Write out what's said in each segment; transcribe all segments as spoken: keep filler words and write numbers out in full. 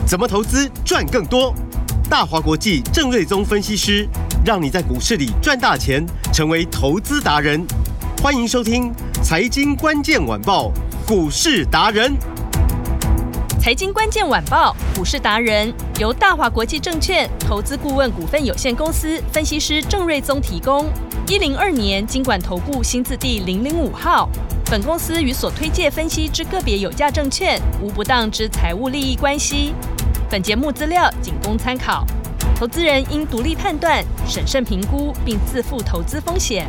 怎么投资赚更多？大华国际郑瑞宗分析师，让你在股市里赚大钱，成为投资达人。欢迎收听《财经关键晚报》股市达人。 财经关键晚报股市达人由大华国际证券投资顾问股份有限公司分析师郑瑞宗提供。一零二年金管投顾新字第零零五号。本公司与所推介分析之个别有价证券无不当之财务利益关系。本节目资料仅供参考，投资人应独立判断、审慎评估，并自负投资风险。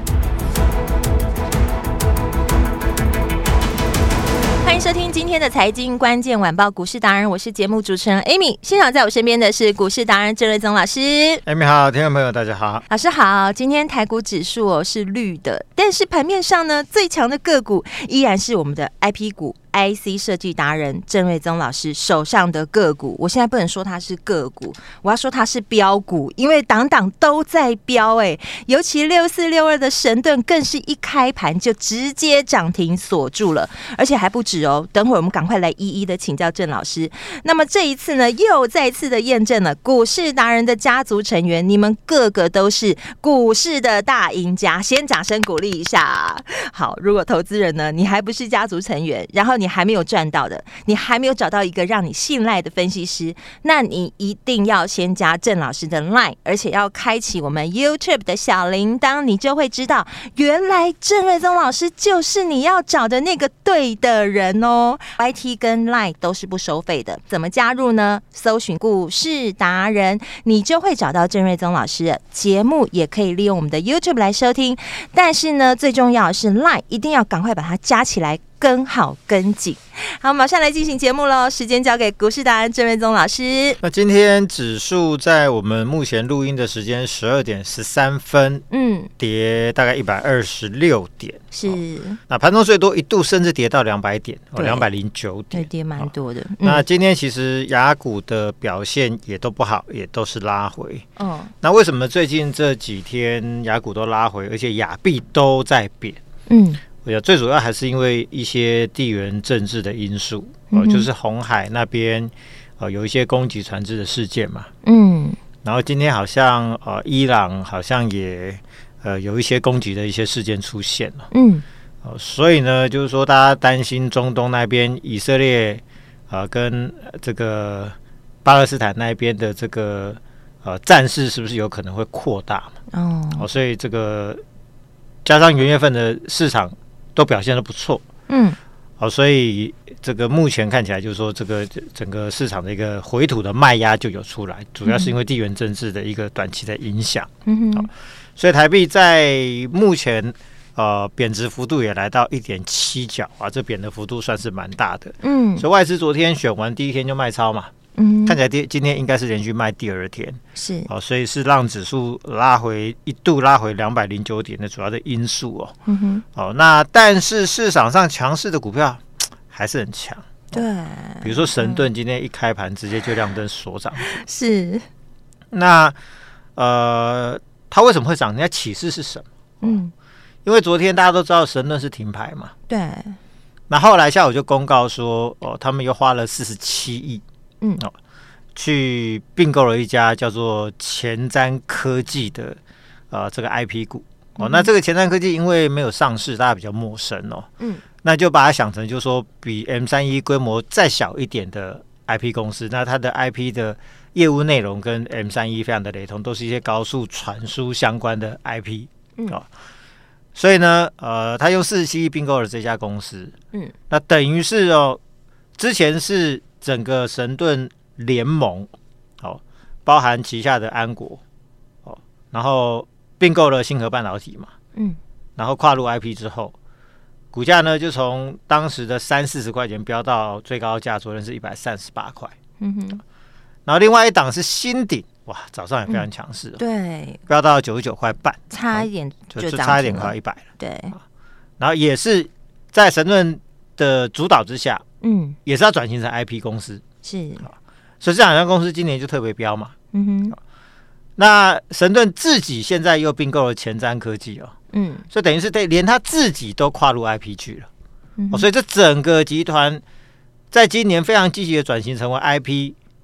欢迎收听今天的财经关键晚报股市达人，我是节目主持人 Amy。 现场在我身边的是股市达人郑瑞宗老师。 Amy 好，听众朋友大家好。 老师好。今天台股指数、哦、是绿的，但是盘面上呢，最强的个股依然是我们的 I P 股I C 设计达人郑瑞宗老师手上的个股。我现在不能说它是个股，我要说它是标股，因为档档都在标哎。尤其六四六二的神盾更是一开盘就直接涨停锁住了，而且还不止哦。等会儿我们赶快来一一的请教郑老师。那么这一次呢，又再次的验证了股市达人的家族成员，你们个个都是股市的大赢家，先掌声鼓励一下。好，如果投资人呢，你还不是家族成员，然后你还没有赚到的，你还没有找到一个让你信赖的分析师，那你一定要先加郑老师的 LINE， 而且要开启我们 YouTube 的小铃铛，你就会知道原来郑瑞宗老师就是你要找的那个对的人哦。 Y T 跟 LINE 都是不收费的，怎么加入呢？搜寻股市达人，你就会找到郑瑞宗老师。节目也可以利用我们的 YouTube 来收听，但是呢，最重要的是 LINE 一定要赶快把它加起来，跟好跟紧。好，马上来进行节目咯，时间交给股市达人郑瑞宗老师。 那今天指数在我们目前录音的时间十二点十三分，嗯，跌大概一百二十六点， 是、哦。 那盘中最多一度甚至跌到两百点，哦，两百零九点， 对，跌蛮多的、哦嗯。那今天其实亚股的表现也都不好，也都是拉回。 哦， 那为什么最近这几天亚股都拉回，而且亚币都在贬？ 嗯。 我想最主要还是因为一些地缘政治的因素，嗯、就是红海那边、呃、有一些攻击船只的事件嘛，嗯，然后今天好像呃伊朗好像也呃有一些攻击的一些事件出现了，嗯、呃，所以呢，就是说大家担心中东那边以色列呃跟这个巴勒斯坦那边的这个呃战事是不是有可能会扩大嘛？哦，呃、所以这个加上元月份的市场都表现得不错，嗯，好，所以这个目前看起来就是说，这个整个市场的一个回吐的卖压就有出来，主要是因为地缘政治的一个短期的影响，嗯哼，所以台币在目前呃贬值幅度也来到一点七角啊，这贬的幅度算是蛮大的，嗯，所以外资昨天选完第一天就卖超嘛。嗯，看起来今天应该是连续卖第二天，是哦，所以是让指数拉回一度拉回两百零九点的主要的因素哦。嗯哼，哦，那但是市场上强势的股票还是很强，对、哦，比如说神盾今天一开盘直接就亮灯锁涨，是。那呃，它为什么会涨？人家启示是什么？嗯，因为昨天大家都知道神盾是停牌嘛，对。那后来下午就公告说，哦，他们又花了四十七亿。嗯哦，去并购了一家叫做前瞻科技的呃这个 I P 股哦、嗯。那这个前瞻科技因为没有上市，大家比较陌生哦。嗯，那就把它想成就是说比 M 三十一 规模再小一点的 I P 公司。那它的 I P 的业务内容跟 M 三十一 非常的雷同，都是一些高速传输相关的 I P 嗯哦。所以呢，呃，他用四十七亿并购了这家公司。嗯，那等于是哦，之前是整个神盾联盟，哦，包含旗下的安国，哦，然后并购了星河半导体嘛，嗯，然后跨入 I P 之后，股价呢就从当时的三四十块钱飙到最高价，昨天是一百三十八块，嗯哼，然后另外一档是新鼎，哇，早上也非常强势、哦嗯，对，飙到九十九块半， 差一点就就差一点快一百了， 对、 哦，然后也是在神盾的主导之下。嗯，也是要转型成 I P 公司，是，所以这两家公司今年就特别标嘛。嗯哼，那神盾自己现在又并购了前瞻科技哦，嗯，所以等于是连他自己都跨入 I P 去了，嗯哦、所以这整个集团在今年非常积极的转型成为 I P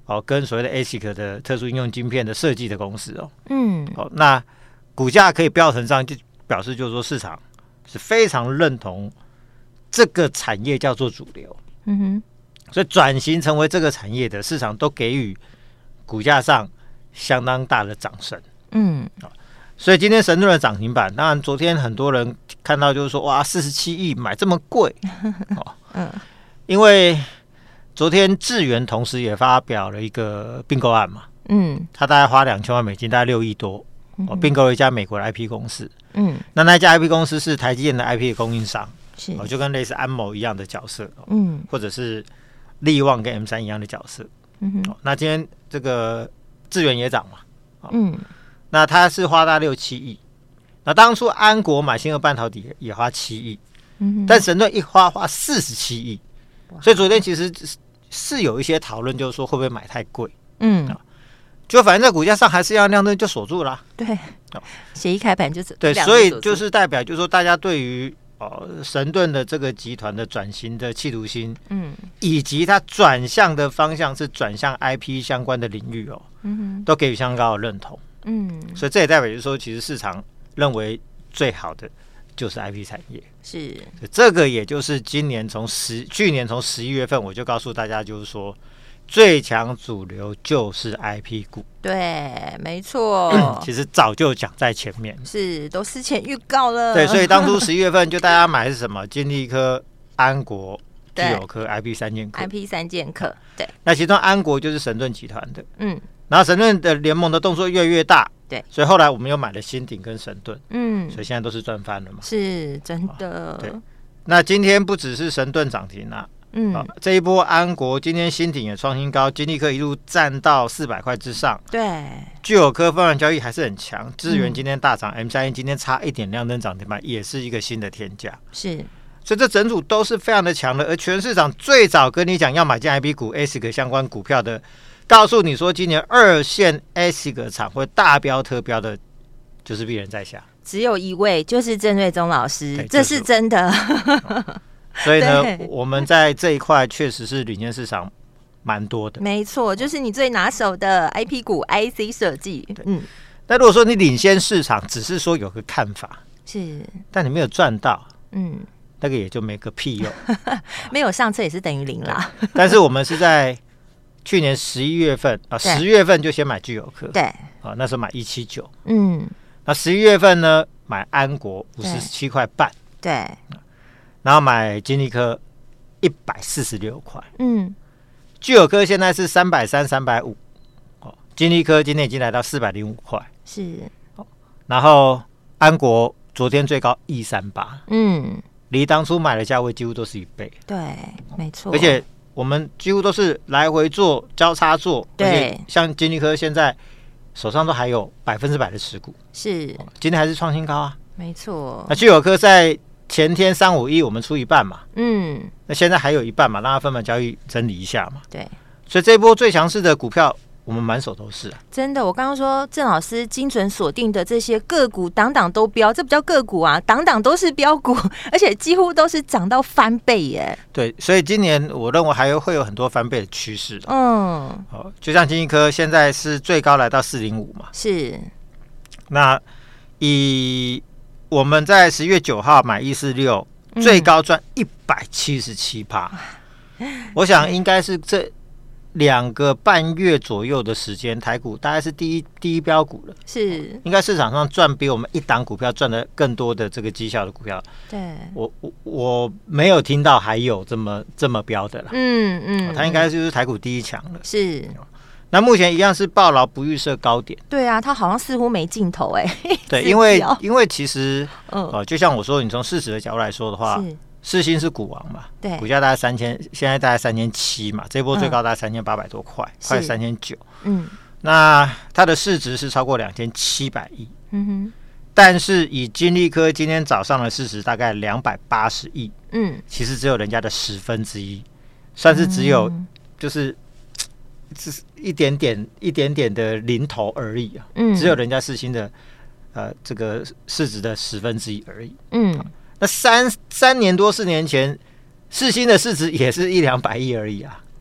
哦，跟所谓的 A S I C 的特殊应用晶片的设计的公司哦， 嗯， 哦，那股价可以飙成上，就表示就是说市场是非常认同这个产业叫做主流，嗯哼，所以转型成为这个产业的市场都给予股价上相当大的掌声，嗯，哦，所以今天神盾的涨停板，当然昨天很多人看到就是说哇，四十七亿买这么贵，哦，嗯，因为昨天智原同时也发表了一个并购案嘛，嗯，他大概花两千万美金，大概六亿多，哦，并购了一家美国的 I P 公司，嗯，那那家 I P 公司是台积电的 I P 的供应商，是，哦，就跟类似安谋一样的角色，哦，嗯，或者是力旺跟 M 三 一样的角色，嗯，哦，那今天这个智原也涨嘛，哦，嗯，那他是花大六七亿，那当初安国买新俄半导体也花七亿，嗯，但神盾一花花四十七亿，所以昨天其实是有一些讨论，就是说会不会买太贵，嗯，哦，就反正在股价上还是要亮灯就锁住了， 对，哦，协议开盘就是对，所以就是代表就是说大家对于哦神盾的这个集团的转型的企图心，嗯，以及它转向的方向是转向 I P 相关的领域哦，嗯，都给予相当高的认同，嗯，所以这也代表就是说，其实市场认为最好的就是 I P 产业， 是这个，也就是今年从十去年从十一月份我就告诉大家，就是说最强主流就是 I P 股， 对，没错， 嗯，其实早就讲在前面， 是都事前预告了， 对，所以当初十一月份就大家买的是什么？金利科、安国、聚友科、I P 三剑客 ，I P 三剑客，对， 那其中安国就是神盾集团的，嗯，然后神盾的联盟的动作越来越大。 对， 所以后来我们又买了新鼎跟神盾，嗯，所以现在都是赚翻了嘛， 是真的， 对，那今天不只是神盾涨停啊，嗯，啊，这一波安国今天新鼎也创新高，金利科一路站到四百块之上， 对， 聚友科分盘交易还是很强，智原今天大涨，嗯，M 三 今天差一点亮灯涨停板，也是一个新的天价， 是， 所以这整组都是非常的强的，而全市场最早跟你讲要买进 I P 股 A S I C 相关股票的，告诉你说今年二线 A S I C 厂会大标特标的，就是鄙人在下， 只有一位，就是郑瑞宗老师，这是真的。 哦，所以呢，我们在这一块确实是领先市场蛮多的。 没错，就是你最拿手的 I P 股 I C 设计。 嗯，那如果说你领先市场，只是说有个看法， 是， 但你没有赚到，嗯，那个也就没个屁用， 没有上车也是等于零啦。 但是我们是在去年十一月份啊，十月份就先买聚友科， 对， 啊，那时候买一七九，嗯，那十一月份呢买安国五十七块半， 对， 然后买金利科一百四十六块，嗯，聚友科现在是三百三、三百五，哦，金利科今天已经来到四百零五块， 是， 哦，然后安国昨天最高一三八，嗯，离当初买的价位几乎都是一倍， 对，没错， 而且我们几乎都是来回做交叉做， 对， 而且像金利科现在手上都还有百分之百的持股， 是， 哦，今天还是创新高啊， 没错。 那聚友科在前天三五一我们出一半嘛，嗯，那现在还有一半嘛，让它分盘交易整理一下嘛， 对， 所以这一波最强势的股票我们满手都是啊， 真的。我刚刚说郑老师精准锁定的这些个股，档档都标，这不叫个股啊，档档都是标股，而且几乎都是涨到翻倍耶。 对，所以今年我认为还会有很多翻倍的趋势。嗯，哦，就像金一科现在是最高来到四零五嘛， 是。 那以我们在十月九号买一四六，最高赚一百七十七趴，我想应该是这两个半月左右的时间，台股大概是第一第一标股了， 是应该市场上赚比我们一档股票赚的更多的这个绩效的股票。 对， 我我我没有听到还有这么这么标的啦。嗯嗯，它应该就是台股第一强了。 是。 那目前一样是抱牢不预设高点。 对啊，它好像似乎没尽头哎、欸。 对，因为因为其实，嗯、呃，就像我说，你从市值的角度来说的话，世芯是股王嘛， 对， 股价大概三千，现在大概三千七嘛，这波最高大概三千八百多块，嗯、快三千九。嗯，那它的市值是超过两千七百亿。嗯哼，但是以金利科今天早上的市值大概两百八十亿，嗯，其实只有人家的十分之一，算是只有就是。只是一点点、一点点的零头而已啊，嗯，只有人家世芯的呃这个市值的十分之一而已，嗯，那三三年多四年前，世芯的市值也是一两百亿而已啊，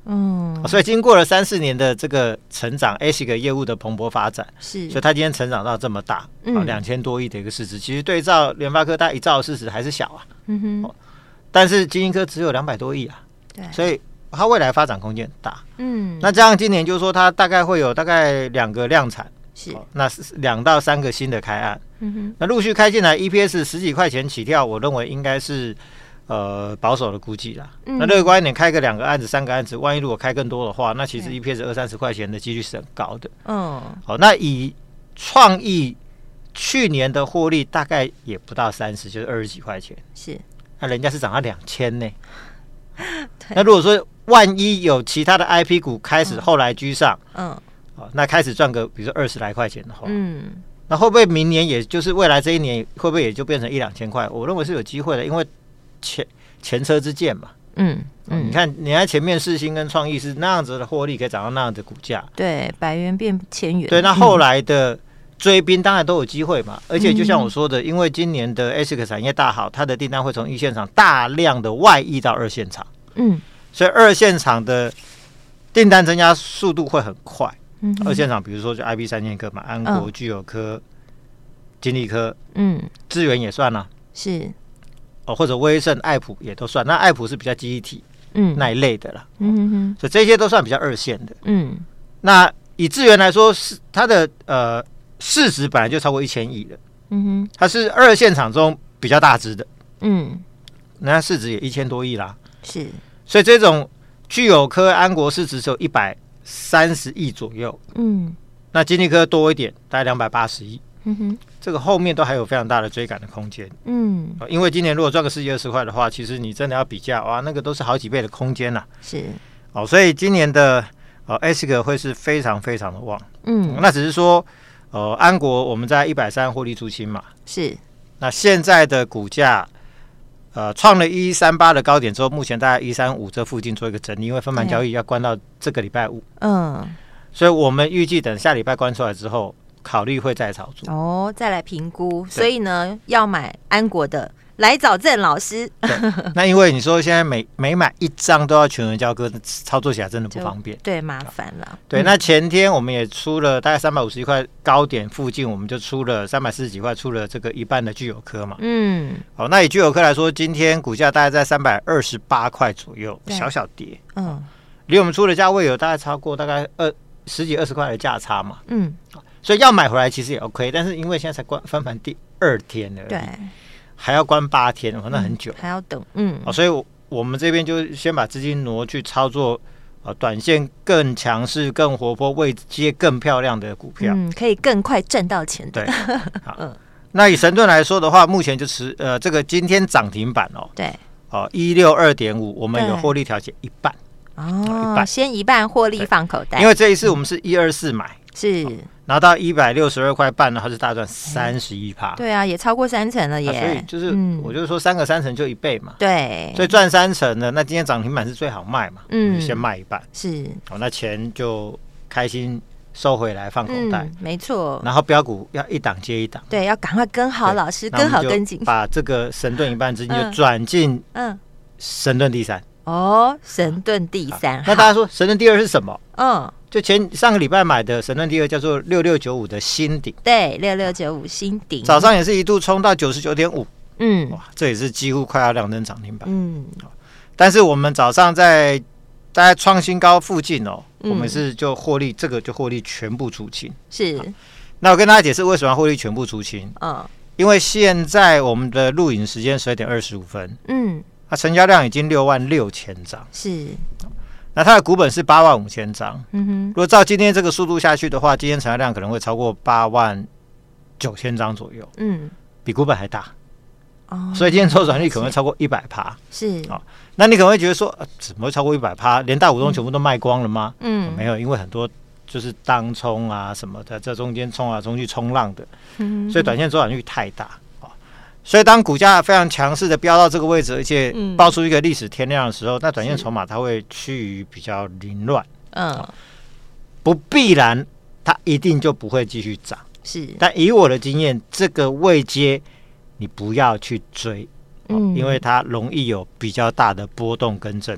嗯，所以经过了三四年的这个成长 ，A S I C 业务的蓬勃发展，是，所以它今天成长到这么大，嗯，两千多亿的一个市值，其实对照联发科大概一兆的市值还是小啊，嗯哼，哦、但是晶心科只有两百多亿啊，对，所以它未来发展空间很大，嗯，那这样今年就是说它大概会有大概两个量产，是，哦、那两到三个新的开案，嗯哼，那陆续开进来 ，E P S 十几块钱起跳，我认为应该是。呃，保守的估计啦，嗯、那乐观一点，开个两个案子、三个案子，万一如果开更多的话，那其实 E P S 二三十块钱的几率是很高的。嗯，好，那以创意去年的获利大概也不到三十，就是二十几块钱。是，那人家是涨到两千呢。那如果说万一有其他的 I P 股开始后来居上，嗯，哦，那开始赚个比如说二十来块钱的话，嗯，那会不会明年也就是未来这一年会不会也就变成一两千块？我认为是有机会的，因为。前前车之鉴嘛，嗯嗯，你看，你看前面世芯跟创意是那样子的获利，可以涨到那样的股价， 对，百元变千元， 对，那后来的追兵当然都有机会嘛，而且就像我说的，因为今年的 A S I C 产业大好，它的订单会从一线厂大量的外溢到二线厂，嗯，所以二线厂的订单增加速度会很快，嗯，二线厂比如说就 I B 三剑客嘛，安国、聚友科、金利科，嗯，资源也算了，是。哦，或者威盛、爱普也都算，那爱普是比较记忆体，嗯，那一类的啦，嗯哼哼，所以这些都算比较二线的，嗯，那以智原来说，是它的呃市值本来就超过一千亿的，嗯哼，它是二线厂中比较大只的，嗯，那市值也一千多亿啦，是，所以这种聚友科、安国市值只有一百三十亿左右，嗯，那金利科多一点，大概两百八十亿。嗯哼，这个后面都还有非常大的追赶的空间。嗯，因为今年如果赚个十几二十块的话，其实你真的要比价哇，那个都是好几倍的空间呐、啊。是，哦，所以今年的呃 A S I C 会是非常非常的旺。嗯，那只是说呃安国我们在一百三获利出清嘛。是，那现在的股价呃创了一三八的高点之后，目前大概一三五这附近做一个整理，因为分盘交易要关到这个礼拜五。嗯，所以我们预计等下礼拜关出来之后。考虑会再操作哦，再来评估。所以呢，要买安国的来找郑老师。 那因为你说现在每每买一张都要全额交割，操作起来真的不方便， 对，麻烦了。 对，嗯、那前天我们也出了大概三百五十一块高点附近，我们就出了三百四十几块，出了这个一半的聚友科嘛。嗯，好，那以聚友科来说，今天股价大概在三百二十八块左右，小小跌。嗯，离我们出的价位有大概超过大概二十几二十块的价差嘛。嗯。所以要买回来其实也 OK， 但是因为现在才关翻盘第二天而已，对，还要关八天，那很久， 嗯、还要等，嗯， 哦，所以我我们这边就先把资金挪去操作，呃，短线更强势、更活泼、位阶更漂亮的股票， 嗯，可以更快赚到钱的。 对，好，嗯，那以神盾来说的话，目前就是呃，这个今天涨停板哦，对，哦，一六二点五，我们有获利调节一半， 哦，一半先一半获利放口袋， 因为这一次我们是一二四买， 是。 拿到一百六十二块半呢，它是大赚三十一趴。 对啊，也超过三成了耶。 啊、所以就是，嗯、我就是说三个三成就一倍嘛。 对， 所以赚三成呢，那今天涨停板是最好卖嘛，嗯，就先卖一半。 是， 好、哦，那钱就开心收回来放口袋。 嗯、没错。 然后标股要一档接一档。 对，要赶快跟好老师，跟好跟紧。 把这个神盾一半资金就转进，嗯，神盾第三。 哦，神盾第三。 那大家说神盾第二是什么？嗯。就前上个礼拜买的神盾第二叫做六六九五的新顶， 对，六六九五新顶， 早上也是一度冲到九十九点五，嗯，哇，这也是几乎快要亮灯涨停板，嗯，但是我们早上在大概创新高附近哦，嗯、我们是就获利，这个就获利全部出清，是。那我跟大家解释为什么要获利全部出清，嗯，因为现在我们的录影时间十二点二十五分，嗯，它成交量已经六万六千张，是。那它的股本是八万五千张，嗯哼，如果照今天这个速度下去的话，今天成交量可能会超过八万九千张左右，嗯，比股本还大，哦，所以今天周转率可能会超过一百趴，是，哦，那你可能会觉得说，呃、怎么会超过一百趴？连大股东全部都卖光了吗？嗯，没有，因为很多就是当冲啊什么的，在中间冲啊冲去冲浪的，嗯，所以短线周转率太大。所以当股价非常强势的飙到这个位置，而且爆出一个历史天量的时候，嗯、那短线筹码它会趋于比较凌乱，嗯，不必然它一定就不会继续涨，是。但以我的经验，这个位阶你不要去追，嗯，因为它容易有比较大的波动跟震荡。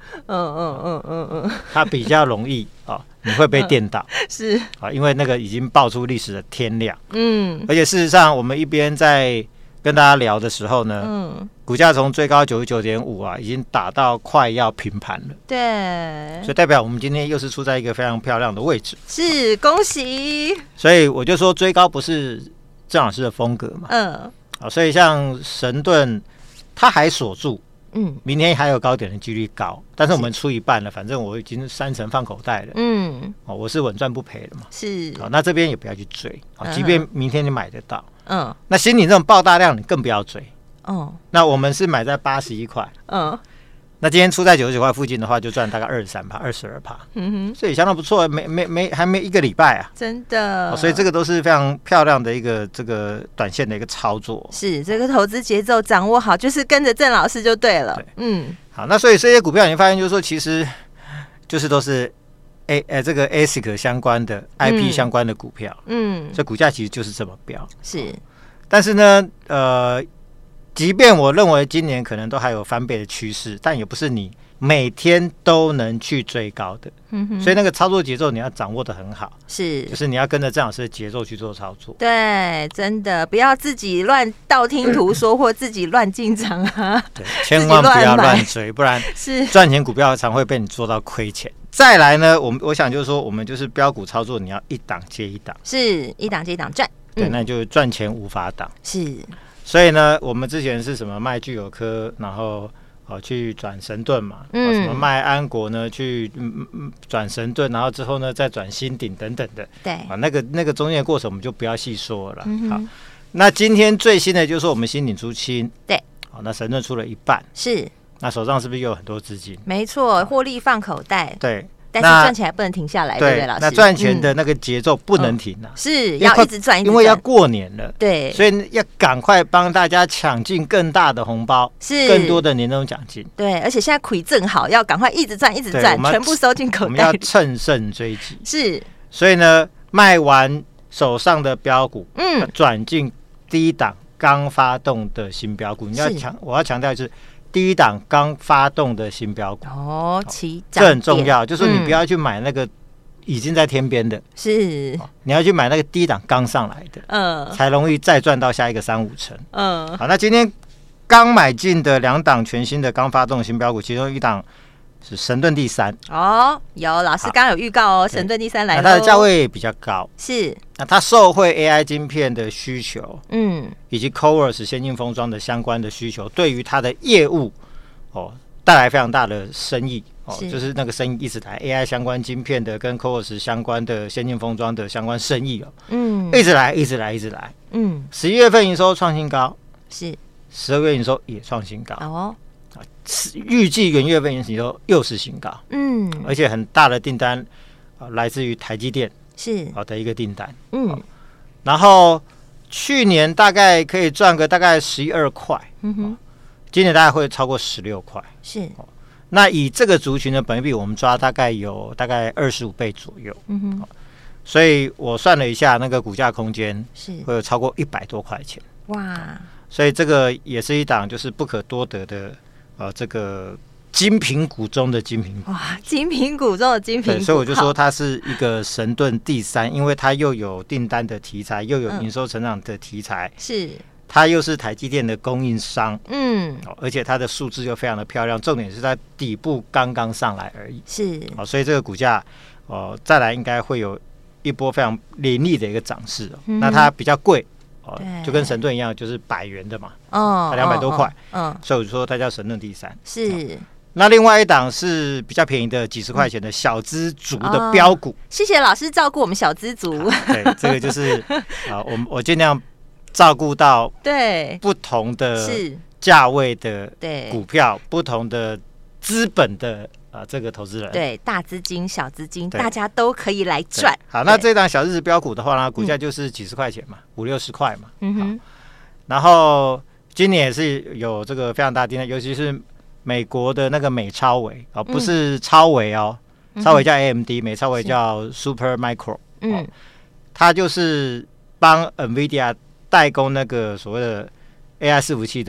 嗯嗯嗯嗯嗯， 它比较容易啊，你会被电到， 是啊，因为那个已经爆出历史的天量， 嗯， 而且事实上，我们一边在跟大家聊的时候呢，嗯，股价从最高九十九点五啊，已经打到快要平盘了， 对， 所以代表我们今天又是处在一个非常漂亮的位置， 是恭喜。 所以我就说追高不是郑老师的风格嘛，嗯，好，所以像神盾，它还锁住。嗯，明天还有高点的几率高，但是我们出一半了，反正我已经三成放口袋了。嗯，哦，我是稳赚不赔的嘛。是，好，那这边也不要去追，好，即便明天你买得到，嗯，那新你这种爆大量，你更不要追。哦，那我们是买在八十一块，嗯，那今天出在九十九块附近的话，就赚大概二十三趴、二十二趴，嗯哼，所以相当不错，没没没还没一个礼拜啊， 真的、 哦，所以这个都是非常漂亮的一个这个短线的一个操作。 是这个投资节奏掌握好，就是跟着郑老师就对了。对， 嗯，好，那所以这些股票你发现就是说，其实就是都是 A 呃这个 A S I C 相关的 I P 相关的股票，嗯，这股价其实就是这么飙。是，但是呢，呃。即便我认为今年可能都还有翻倍的趋势，但也不是你每天都能去追高的，嗯、所以那个操作节奏你要掌握得很好，是，就是你要跟着郑老师的节奏去做操作。 对，真的不要自己乱道听途说，或自己乱进场啊， 对，千万不要乱追，不然是赚钱股票常会被你做到亏钱。再来呢，我们我想就是说，我们就是标股操作，你要一档接一档， 是一档接一档赚， 对，嗯、那就赚钱无法挡， 是。 所以呢，我们之前是什么卖聚友科，然后哦去转神盾嘛，嗯，什么卖安国呢，去嗯嗯转神盾，然后之后呢再转新鼎等等的，对，啊，那个那个中间的过程我们就不要细说了。嗯、好，那今天最新的就是说我们新鼎出清，对，好，那神盾出了一半，是，那手上是不是又有很多资金？ 没错，获利放口袋， 对。 但是赚钱还不能停下来，对不对，老师？ 那赚钱的那个节奏不能停啊， 嗯、是要一直赚， 因为要过年了， 对， 所以要赶快帮大家抢进更大的红包，是更多的年终奖金。 对，而且现在亏正好，要赶快一直赚，一直赚，全部收进口袋。 我们要乘胜追击， 是。 所以呢，卖完手上的标股，嗯，转进低档刚发动的新标股。你要强，我要强调的是。第一档刚发动的新标股哦，起涨这很重要，就是你不要去买那个已经在天边的，是、嗯、你要去买那个低档刚上来的，嗯，才容易再赚到下一个三五成，嗯，好，那今天刚买进的两档全新的刚发动的新标股，其中一档是神盾第三哦，有老师刚刚有预告哦，神盾第三来了， 它的价位比较高， 是。 那它受惠 A I 晶片的需求，嗯，以及 Coors 先进封装的相关的需求，对于它的业务哦带来非常大的生意哦，是就是那个生意一直来 A I 相关晶片的跟 Coors 相关的先进封装的相关生意哦，嗯，一直来一直来一直来，嗯，十一月份营收创新高，是十二月营收也创新高哦，预计元月份营收又是新高，嗯，而且很大的订单啊、呃、来自于台积电。是好的一个订单，嗯，然后去年大概可以赚个大概十一二块，嗯哼，今年大概会超过十六块，是、哦。那以这个族群的本益比，我们抓大概有大概二十五倍左右，嗯哼、哦，所以我算了一下，那个股价空间是会有超过一百多块钱，哇！所以这个也是一档就是不可多得的，呃，这个。精品股中的精品股， 哇！精品股中的精品股， 所以我就说它是一个神盾第三，因为它又有订单的题材，又有营收成长的题材，是、嗯、它又是台积电的供应商，嗯，而且它的数字又非常的漂亮，重点是在底部刚刚上来而已，是，所以这个股价哦、呃，再来应该会有一波非常凌厉的一个涨势、哦嗯、那它比较贵。哦，就跟神盾一样，就是百元的嘛，哦，它两百多块，嗯、哦，所以我就说它叫神盾第三，是。哦那另外一档是比较便宜的几十块钱的小资族的标股、哦， 谢谢老师照顾我们小资族。 对，这个就是啊，我我尽量照顾到对不同的价位的股票，不同的资本的啊这个投资人， 对大资金、小资金，大家都可以来赚。 好，那这档小日子标股的话呢，股价就是几十块钱嘛，五六十块嘛，嗯哼。然后今年也是有这个非常大订单，尤其是。美国的那个美超微哦，不是超微哦，嗯、超微叫 A M D， 美超微叫 Super Micro， 嗯、哦，它就是帮 NVIDIA 代工那个所谓的 A I 伺服器的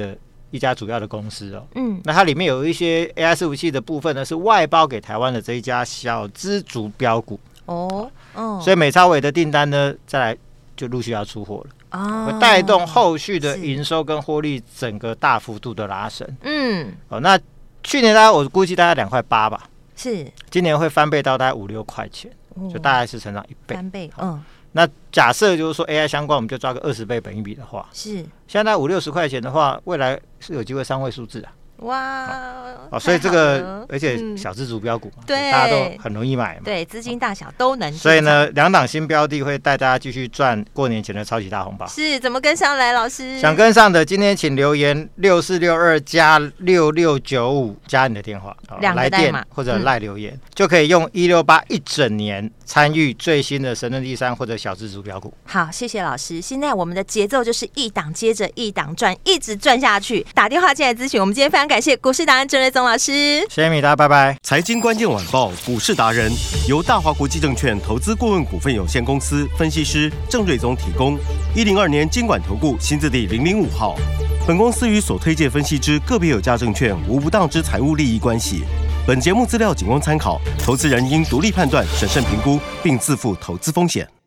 一家主要的公司哦，嗯，那它里面有一些 A I 伺服器的部分呢，是外包给台湾的这一家小资族标股哦，哦，所以美超伟的订单呢，再来就陆续要出货了。哦，会带动后续的营收跟获利整个大幅度的拉升。嗯，哦，那去年大概我估计大概两块八吧，是，今年会翻倍到大概五六块钱，哦，就大概是成长一倍， 翻倍。嗯， 那假设就是说 A I 相关，我们就抓个二十倍本益比的话，是，现在五六十块钱的话，未来是有机会三位数字啊。哇，哦，所以这个而且小资族标股嘛，对，大家都很容易买嘛， 对，资金大小都能。 所以呢，两档新标的会带大家继续赚过年前的超级大红包。 是怎么跟上来？老师想跟上的，今天请留言六四六二加六六九五加你的电话，来电或者赖留言，嗯，就可以用一六八一整年参与最新的神盾第三或者小资族标股。 好，谢谢老师。现在我们的节奏就是一档接着一档赚，一直赚下去。打电话进来咨询，我们今天非常感谢股市达人郑瑞宗老师， 谢谢米达，拜拜。 财经关键晚报股市达人由大华国际证券投资顾问股份有限公司分析师郑瑞宗提供。一零二年金管投顾新字第零零五号。本公司与所推介分析之个别有价证券无不当之财务利益关系。本节目资料仅供参考，投资人应独立判断、审慎评估，并自负投资风险。